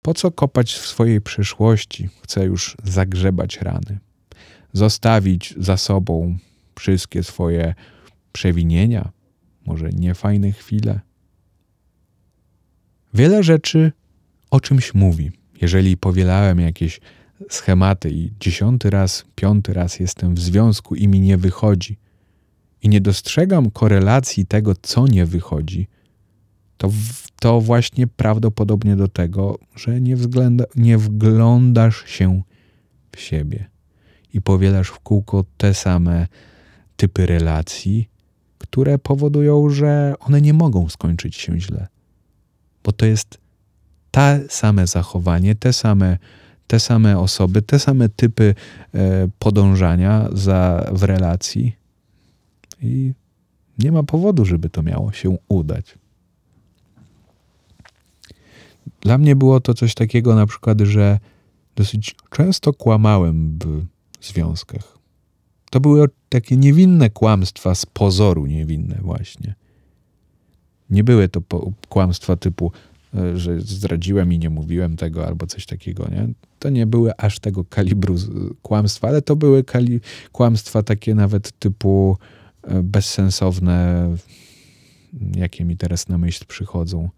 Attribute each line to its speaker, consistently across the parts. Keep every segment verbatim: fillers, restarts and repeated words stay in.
Speaker 1: Po co kopać w swojej przeszłości? Chcę już zagrzebać rany. Zostawić za sobą wszystkie swoje przewinienia, może niefajne chwile. Wiele rzeczy o czymś mówi. Jeżeli powielałem jakieś schematy i dziesiąty raz, piąty raz jestem w związku i mi nie wychodzi i nie dostrzegam korelacji tego, co nie wychodzi, to, w, to właśnie prawdopodobnie do tego, że nie, względa, nie wglądasz się w siebie i powielasz w kółko te same typy relacji, które powodują, że one nie mogą skończyć się źle. Bo to jest te same zachowanie, te same, te same osoby, te same typy e, podążania za, w relacji i nie ma powodu, żeby to miało się udać. Dla mnie było to coś takiego na przykład, że dosyć często kłamałem w związkach. To były takie niewinne kłamstwa, z pozoru niewinne właśnie. Nie były to po- kłamstwa typu, e, że zdradziłem i nie mówiłem tego albo coś takiego, nie? To nie były aż tego kalibru z- kłamstwa, ale to były kali- kłamstwa takie nawet typu e, bezsensowne, jakie mi teraz na myśl przychodzą.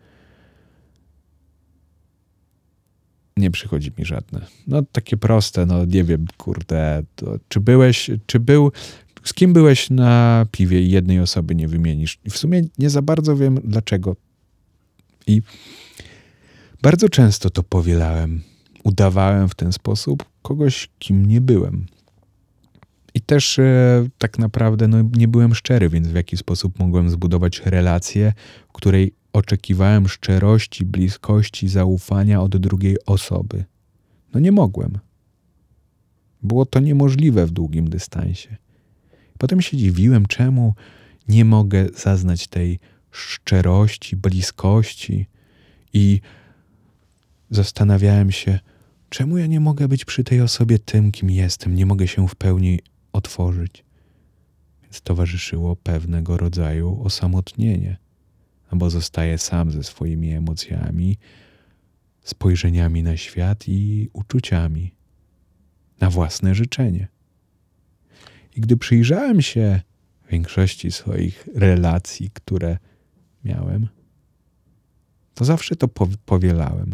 Speaker 1: Nie przychodzi mi żadne. No takie proste, no nie wiem, kurde, to, czy byłeś, czy był, z kim byłeś na piwie i jednej osoby nie wymienisz. I w sumie nie za bardzo wiem dlaczego. I bardzo często to powielałem. Udawałem w ten sposób kogoś, kim nie byłem. I też e, tak naprawdę no, nie byłem szczery, więc w jaki sposób mogłem zbudować relację, w której oczekiwałem szczerości, bliskości, zaufania od drugiej osoby. No nie mogłem. Było to niemożliwe w długim dystansie. Potem się dziwiłem, czemu nie mogę zaznać tej szczerości, bliskości i zastanawiałem się, czemu ja nie mogę być przy tej osobie tym, kim jestem, nie mogę się w pełni otworzyć. Więc towarzyszyło pewnego rodzaju osamotnienie, bo zostaję sam ze swoimi emocjami, spojrzeniami na świat i uczuciami, na własne życzenie. I gdy przyjrzałem się większości swoich relacji, które miałem, to zawsze to powielałem.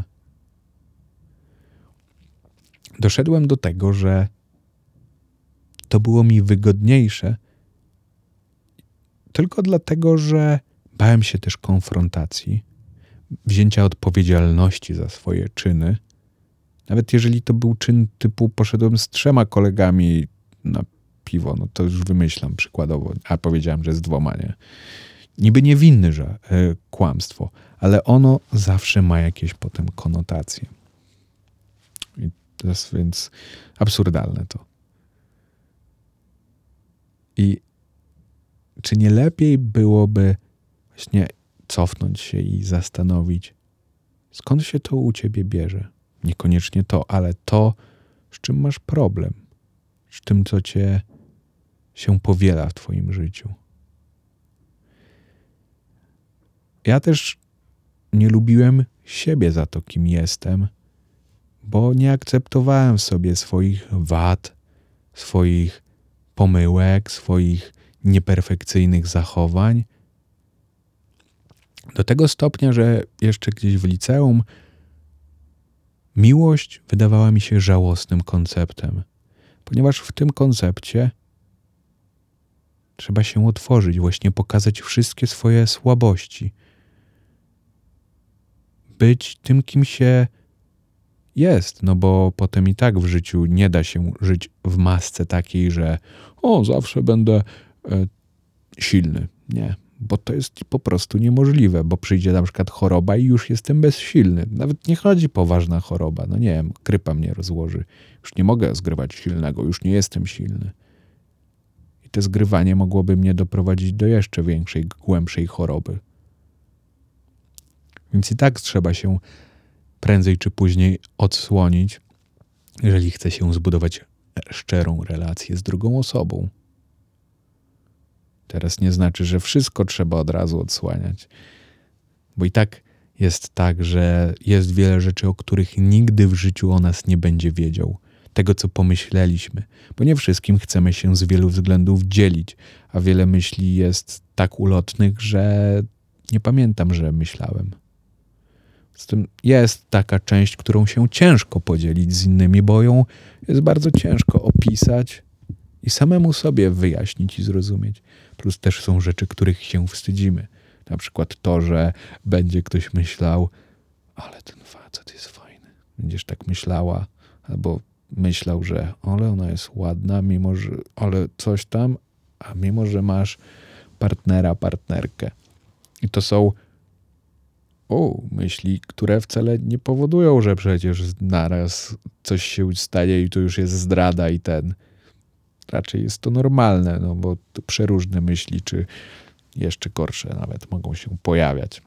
Speaker 1: Doszedłem do tego, że to było mi wygodniejsze tylko dlatego, że bałem się też konfrontacji, wzięcia odpowiedzialności za swoje czyny. Nawet jeżeli to był czyn typu poszedłem z trzema kolegami na piwo, no to już wymyślam przykładowo, a powiedziałem, że z dwoma, nie. Niby niewinny, że e, kłamstwo, ale ono zawsze ma jakieś potem konotacje. I to jest więc absurdalne to. I czy nie lepiej byłoby właśnie cofnąć się i zastanowić, skąd się to u ciebie bierze? Niekoniecznie to, ale to, z czym masz problem. Z tym, co cię się powiela w twoim życiu. Ja też nie lubiłem siebie za to, kim jestem, bo nie akceptowałem w sobie swoich wad, swoich pomyłek, swoich nieperfekcyjnych zachowań. Do tego stopnia, że jeszcze gdzieś w liceum miłość wydawała mi się żałosnym konceptem, ponieważ w tym koncepcie trzeba się otworzyć, właśnie pokazać wszystkie swoje słabości. Być tym, kim się jest, no bo potem i tak w życiu nie da się żyć w masce takiej, że o, zawsze będę e, silny. Nie, bo to jest po prostu niemożliwe, bo przyjdzie na przykład choroba i już jestem bezsilny. Nawet nie chodzi poważna choroba, no nie wiem, grypa mnie rozłoży. Już nie mogę zgrywać silnego, już nie jestem silny. I to zgrywanie mogłoby mnie doprowadzić do jeszcze większej, głębszej choroby. Więc i tak trzeba się prędzej czy później odsłonić, jeżeli chce się zbudować szczerą relację z drugą osobą. Teraz nie znaczy, że wszystko trzeba od razu odsłaniać, bo i tak jest tak, że jest wiele rzeczy, o których nigdy w życiu o nas nie będzie wiedział. Tego, co pomyśleliśmy. Bo nie wszystkim chcemy się z wielu względów dzielić, a wiele myśli jest tak ulotnych, że nie pamiętam, że myślałem. Z tym jest taka część, którą się ciężko podzielić z innymi, bo ją jest bardzo ciężko opisać i samemu sobie wyjaśnić i zrozumieć. Plus też są rzeczy, których się wstydzimy. Na przykład to, że będzie ktoś myślał, ale ten facet jest fajny. Będziesz tak myślała, albo myślał, że ale ona jest ładna, mimo że, ale coś tam, a mimo że masz partnera, partnerkę. I to są o, myśli, które wcale nie powodują, że przecież naraz coś się stanie i to już jest zdrada i ten. Raczej jest to normalne, no bo przeróżne myśli, czy jeszcze gorsze nawet mogą się pojawiać.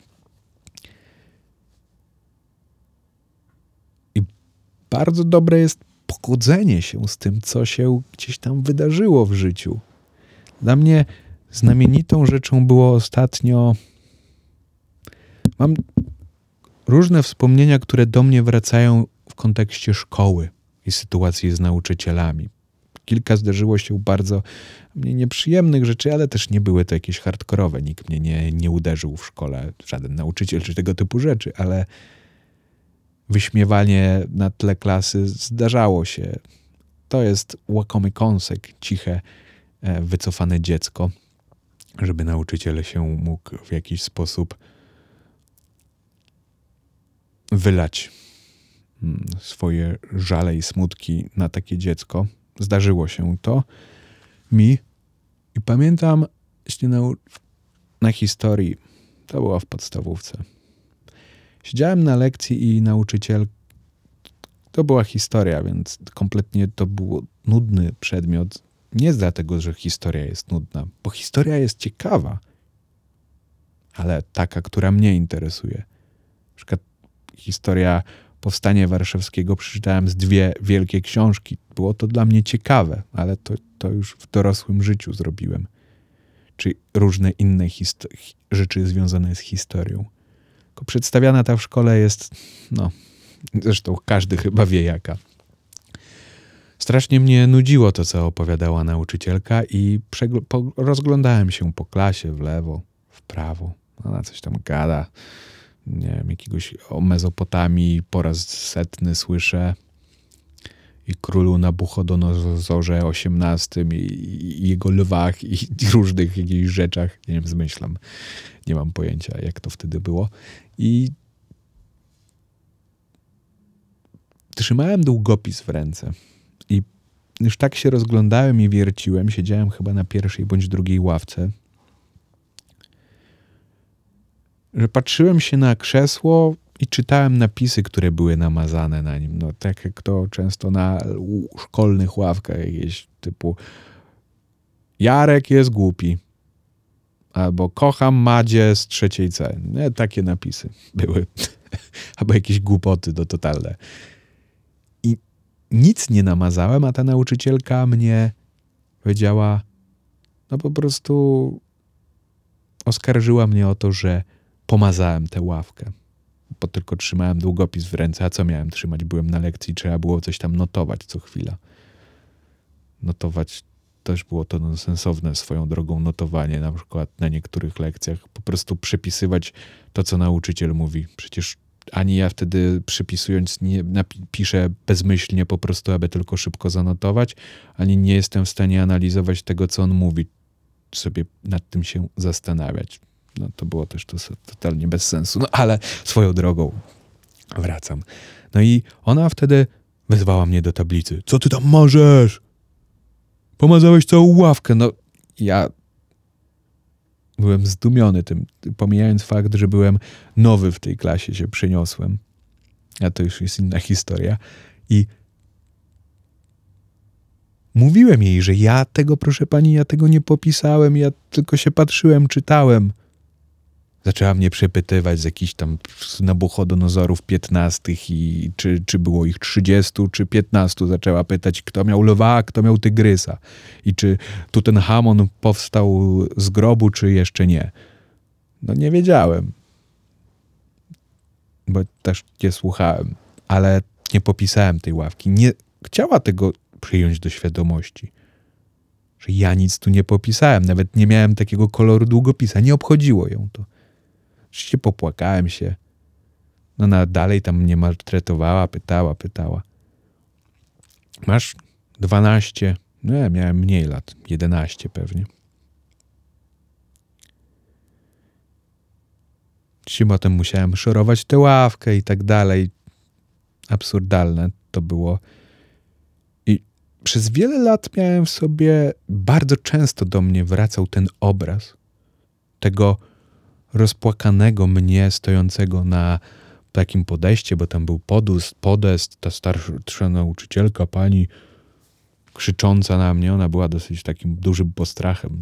Speaker 1: I bardzo dobre jest pogodzenie się z tym, co się gdzieś tam wydarzyło w życiu. Dla mnie znamienitą rzeczą było ostatnio... Mam różne wspomnienia, które do mnie wracają w kontekście szkoły i sytuacji z nauczycielami. Kilka zdarzyło się bardzo mnie nieprzyjemnych rzeczy, ale też nie były to jakieś hardkorowe. Nikt mnie nie, nie uderzył w szkole, żaden nauczyciel czy tego typu rzeczy, ale wyśmiewanie na tle klasy zdarzało się. To jest łakomy kąsek, ciche, wycofane dziecko, żeby nauczyciel się mógł w jakiś sposób wylać swoje żale i smutki na takie dziecko. Zdarzyło się to mi i pamiętam właśnie na, na historii, to była w podstawówce. Siedziałem na lekcji i nauczyciel, to była historia, więc kompletnie to był nudny przedmiot. Nie dlatego, że historia jest nudna, bo historia jest ciekawa, ale taka, która mnie interesuje. Na przykład historia Powstania Warszawskiego przeczytałem z dwie wielkie książki. Było to dla mnie ciekawe, ale to, to już w dorosłym życiu zrobiłem. Czy różne inne histo- rzeczy związane z historią. Tylko przedstawiana ta w szkole jest, no, zresztą każdy chyba wie jaka. Strasznie mnie nudziło to, co opowiadała nauczycielka i przegl- po- rozglądałem się po klasie w lewo, w prawo. Ona coś tam gada. Nie wiem, jakiegoś o Mezopotamii po raz setny słyszę i królu Nabuchodonozorze osiemnastym i, i jego lwach i, i różnych jakichś rzeczach. Nie wiem, zmyślam. Nie mam pojęcia, jak to wtedy było. I trzymałem długopis w ręce i już tak się rozglądałem i wierciłem. Siedziałem chyba na pierwszej bądź drugiej ławce, że patrzyłem się na krzesło i czytałem napisy, które były namazane na nim. No, tak jak to często na szkolnych ławkach jakieś typu Jarek jest głupi albo kocham Madzie z trzeciej C. Nie, takie napisy były. Albo jakieś głupoty do totalne. I nic nie namazałem, a ta nauczycielka mnie powiedziała, no po prostu oskarżyła mnie o to, że pomazałem tę ławkę, bo tylko trzymałem długopis w ręce, a co miałem trzymać? Byłem na lekcji, trzeba było coś tam notować co chwila. Notować też było to nonsensowne swoją drogą notowanie, na przykład na niektórych lekcjach. Po prostu przepisywać to, co nauczyciel mówi. Przecież ani ja wtedy przypisując nie napiszę bezmyślnie po prostu, aby tylko szybko zanotować, ani nie jestem w stanie analizować tego, co on mówi, sobie nad tym się zastanawiać. No to było też to totalnie bez sensu. No ale swoją drogą wracam. No i ona wtedy wezwała mnie do tablicy. Co ty tam możesz? Pomazałeś całą ławkę. No ja byłem zdumiony tym, pomijając fakt, że byłem nowy w tej klasie, się przeniosłem. A to już jest inna historia. I mówiłem jej, że ja tego, proszę pani, ja tego nie popisałem, ja tylko się patrzyłem, czytałem. Zaczęła mnie przepytywać z jakichś tam Nabuchodonozorów piętnastych i czy, czy było ich trzydziestu czy piętnastu. Zaczęła pytać, kto miał lwa, a kto miał tygrysa. I czy Tutenhamon powstał z grobu, czy jeszcze nie. No nie wiedziałem. bo też nie słuchałem, ale nie popisałem tej ławki. Nie chciała tego przyjąć do świadomości, że ja nic tu nie popisałem. Nawet nie miałem takiego koloru długopisa. Nie obchodziło ją to. Oczywiście popłakałem się. No ona dalej tam mnie maltretowała, pytała, pytała. Masz dwanaście? No ja miałem mniej lat. jedenaście pewnie. Dzisiaj potem musiałem szorować tę ławkę i tak dalej. Absurdalne to było. I przez wiele lat miałem w sobie, bardzo często do mnie wracał ten obraz tego rozpłakanego mnie stojącego na takim podejście, bo tam był podust, podest, ta starsza nauczycielka, pani krzycząca na mnie. Ona była dosyć takim dużym postrachem.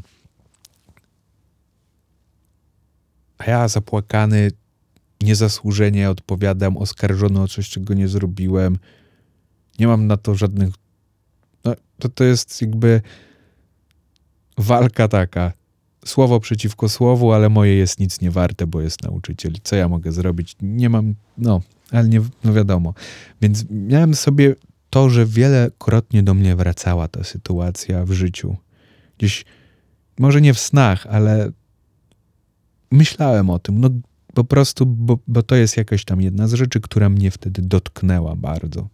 Speaker 1: A ja zapłakany, niezasłużenie odpowiadam, oskarżony o coś, czego nie zrobiłem. Nie mam na to żadnych... No, to, to jest jakby walka taka. Słowo przeciwko słowu, ale moje jest nic nie warte, bo jest nauczyciel. Co ja mogę zrobić? Nie mam... No, ale nie... No wiadomo. Więc miałem sobie to, że wielokrotnie do mnie wracała ta sytuacja w życiu. Gdzieś, może nie w snach, ale myślałem o tym. No po prostu, bo, bo to jest jakaś tam jedna z rzeczy, która mnie wtedy dotknęła bardzo.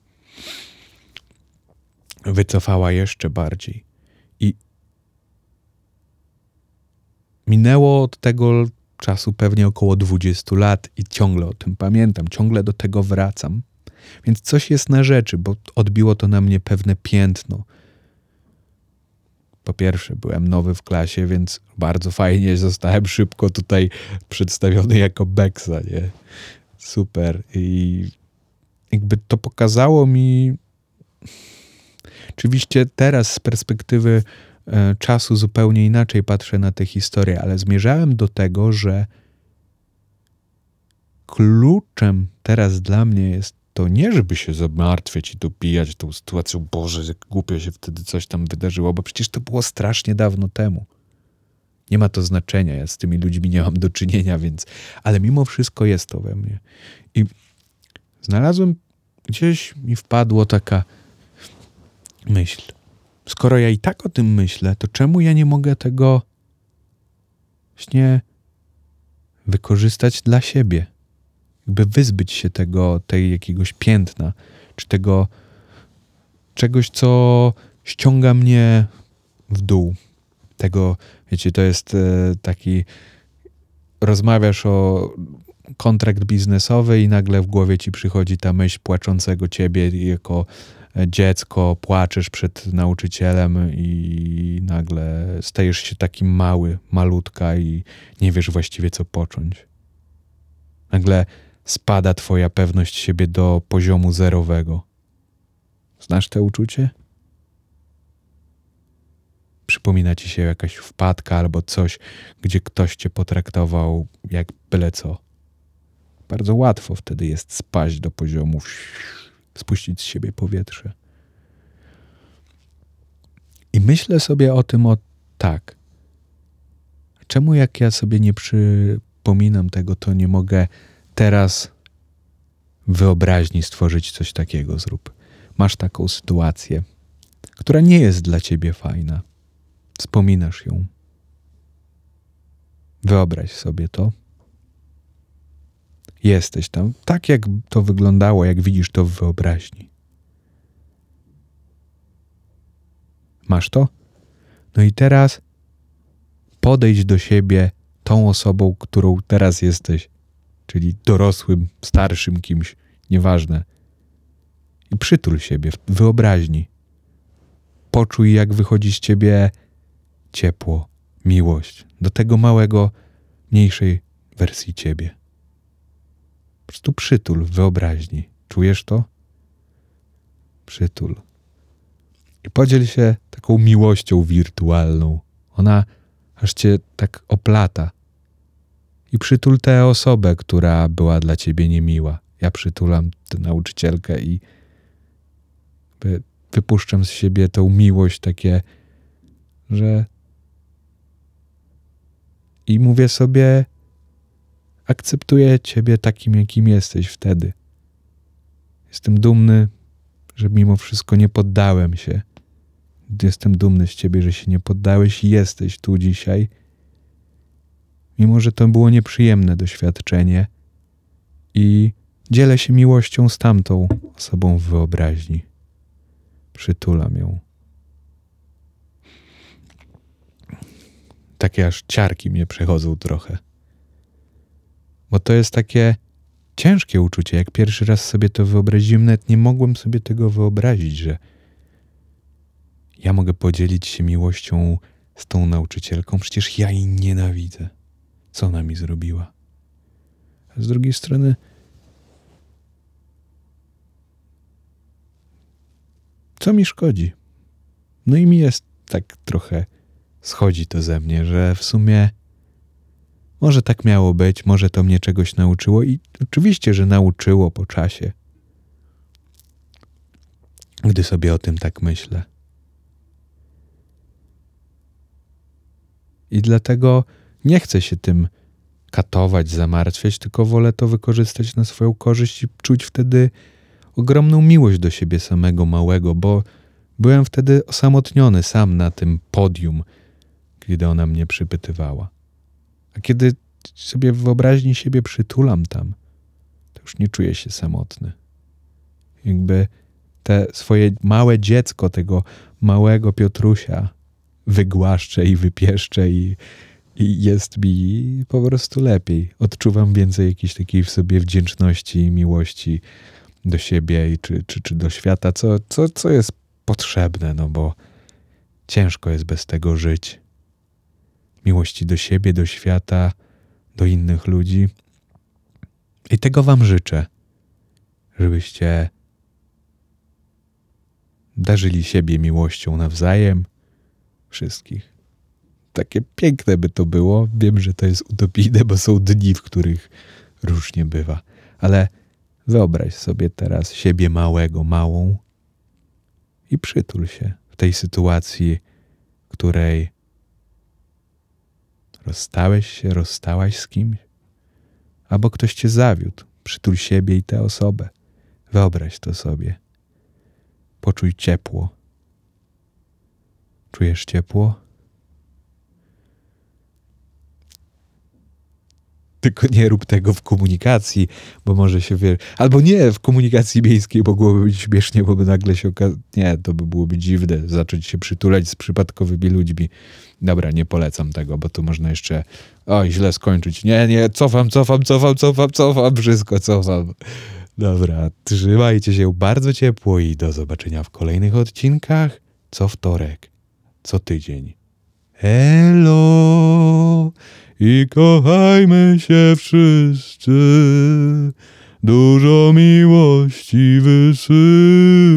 Speaker 1: Wycofała jeszcze bardziej. I minęło od tego czasu pewnie około dwudziestu lat i ciągle o tym pamiętam, ciągle do tego wracam. Więc coś jest na rzeczy, bo odbiło to na mnie pewne piętno. Po pierwsze, byłem nowy w klasie, więc bardzo fajnie zostałem szybko tutaj przedstawiony jako beksa, nie? Super. I jakby to pokazało mi... Oczywiście teraz z perspektywy e, czasu zupełnie inaczej patrzę na tę historię, ale zmierzałem do tego, że kluczem teraz dla mnie jest to nie, żeby się zamartwiać i dopijać tą sytuacją. Boże, jak głupio się wtedy coś tam wydarzyło, bo przecież to było strasznie dawno temu. Nie ma to znaczenia, ja z tymi ludźmi nie mam do czynienia, więc... Ale mimo wszystko jest to we mnie. I znalazłem, gdzieś mi wpadło taka myśl. Skoro ja i tak o tym myślę, to czemu ja nie mogę tego właśnie wykorzystać dla siebie? Jakby wyzbyć się tego, tej jakiegoś piętna, czy tego czegoś, co ściąga mnie w dół. Tego, wiecie, to jest e, taki, rozmawiasz o kontrakt biznesowy i nagle w głowie ci przychodzi ta myśl płaczącego ciebie i jako dziecko płaczesz przed nauczycielem i nagle stajesz się taki mały, malutka i nie wiesz właściwie co począć. Nagle spada twoja pewność siebie do poziomu zerowego. Znasz to uczucie? Przypomina ci się jakaś wpadka albo coś, gdzie ktoś cię potraktował jak byle co. Bardzo łatwo wtedy jest spaść do poziomu, spuścić z siebie powietrze. I myślę sobie o tym o tak. Czemu jak ja sobie nie przypominam tego, to nie mogę teraz w wyobraźni stworzyć coś takiego, zrób. Masz taką sytuację, która nie jest dla ciebie fajna. Wspominasz ją. Wyobraź sobie to. Jesteś tam, tak jak to wyglądało, jak widzisz to w wyobraźni. Masz to? No i teraz podejdź do siebie tą osobą, którą teraz jesteś, czyli dorosłym, starszym kimś, nieważne. I przytul siebie w wyobraźni. Poczuj, jak wychodzi z ciebie ciepło, miłość do tego małego, mniejszej wersji ciebie. Po prostu przytul w wyobraźni. Czujesz to? Przytul. I podziel się taką miłością wirtualną. Ona aż cię tak oplata. I przytul tę osobę, która była dla ciebie niemiła. Ja przytulam tę nauczycielkę i wypuszczam z siebie tą miłość takie, że i mówię sobie, akceptuję ciebie takim, jakim jesteś wtedy. Jestem dumny, że mimo wszystko nie poddałem się. Jestem dumny z ciebie, że się nie poddałeś i jesteś tu dzisiaj. Mimo że to było nieprzyjemne doświadczenie i dzielę się miłością z tamtą osobą w wyobraźni. Przytulam ją. Takie aż ciarki mnie przechodzą trochę. Bo to jest takie ciężkie uczucie. Jak pierwszy raz sobie to wyobraziłem, nawet nie mogłem sobie tego wyobrazić, że ja mogę podzielić się miłością z tą nauczycielką. Przecież ja jej nienawidzę. Co ona mi zrobiła? A z drugiej strony co mi szkodzi? No i mi jest tak trochę, schodzi to ze mnie, że w sumie może tak miało być, może to mnie czegoś nauczyło i oczywiście, że nauczyło po czasie. Gdy sobie o tym tak myślę. I dlatego nie chcę się tym katować, zamartwiać, tylko wolę to wykorzystać na swoją korzyść i czuć wtedy ogromną miłość do siebie samego małego, bo byłem wtedy osamotniony sam na tym podium, kiedy ona mnie przypytywała. A kiedy sobie w wyobraźni siebie przytulam tam, to już nie czuję się samotny. Jakby te swoje małe dziecko, tego małego Piotrusia wygłaszczę i wypieszczę i, i jest mi po prostu lepiej. Odczuwam więcej jakiejś takiej w sobie wdzięczności i miłości do siebie i czy, czy, czy do świata, co, co, co jest potrzebne, no bo ciężko jest bez tego żyć. Miłości do siebie, do świata, do innych ludzi. I tego wam życzę, żebyście darzyli siebie miłością nawzajem, wszystkich. Takie piękne by to było. Wiem, że to jest utopijne, bo są dni, w których różnie bywa. Ale wyobraź sobie teraz siebie małego, małą i przytul się w tej sytuacji, w której rozstałeś się, rozstałaś z kimś, albo ktoś cię zawiódł. Przytul siebie i tę osobę. Wyobraź to sobie. Poczuj ciepło. Czujesz ciepło? Tylko nie rób tego w komunikacji, bo może się wie... Albo nie, w komunikacji miejskiej mogłoby być śmiesznie, bo by nagle się okazało... Nie, to by byłoby dziwne, zacząć się przytulać z przypadkowymi ludźmi. Dobra, nie polecam tego, bo tu można jeszcze... Oj, źle skończyć. Nie, nie, cofam, cofam, cofam, cofam, cofam, wszystko cofam. Dobra, trzymajcie się bardzo ciepło i do zobaczenia w kolejnych odcinkach co wtorek, co tydzień. Elo! I kochajmy się wszyscy, dużo miłości wysyłam.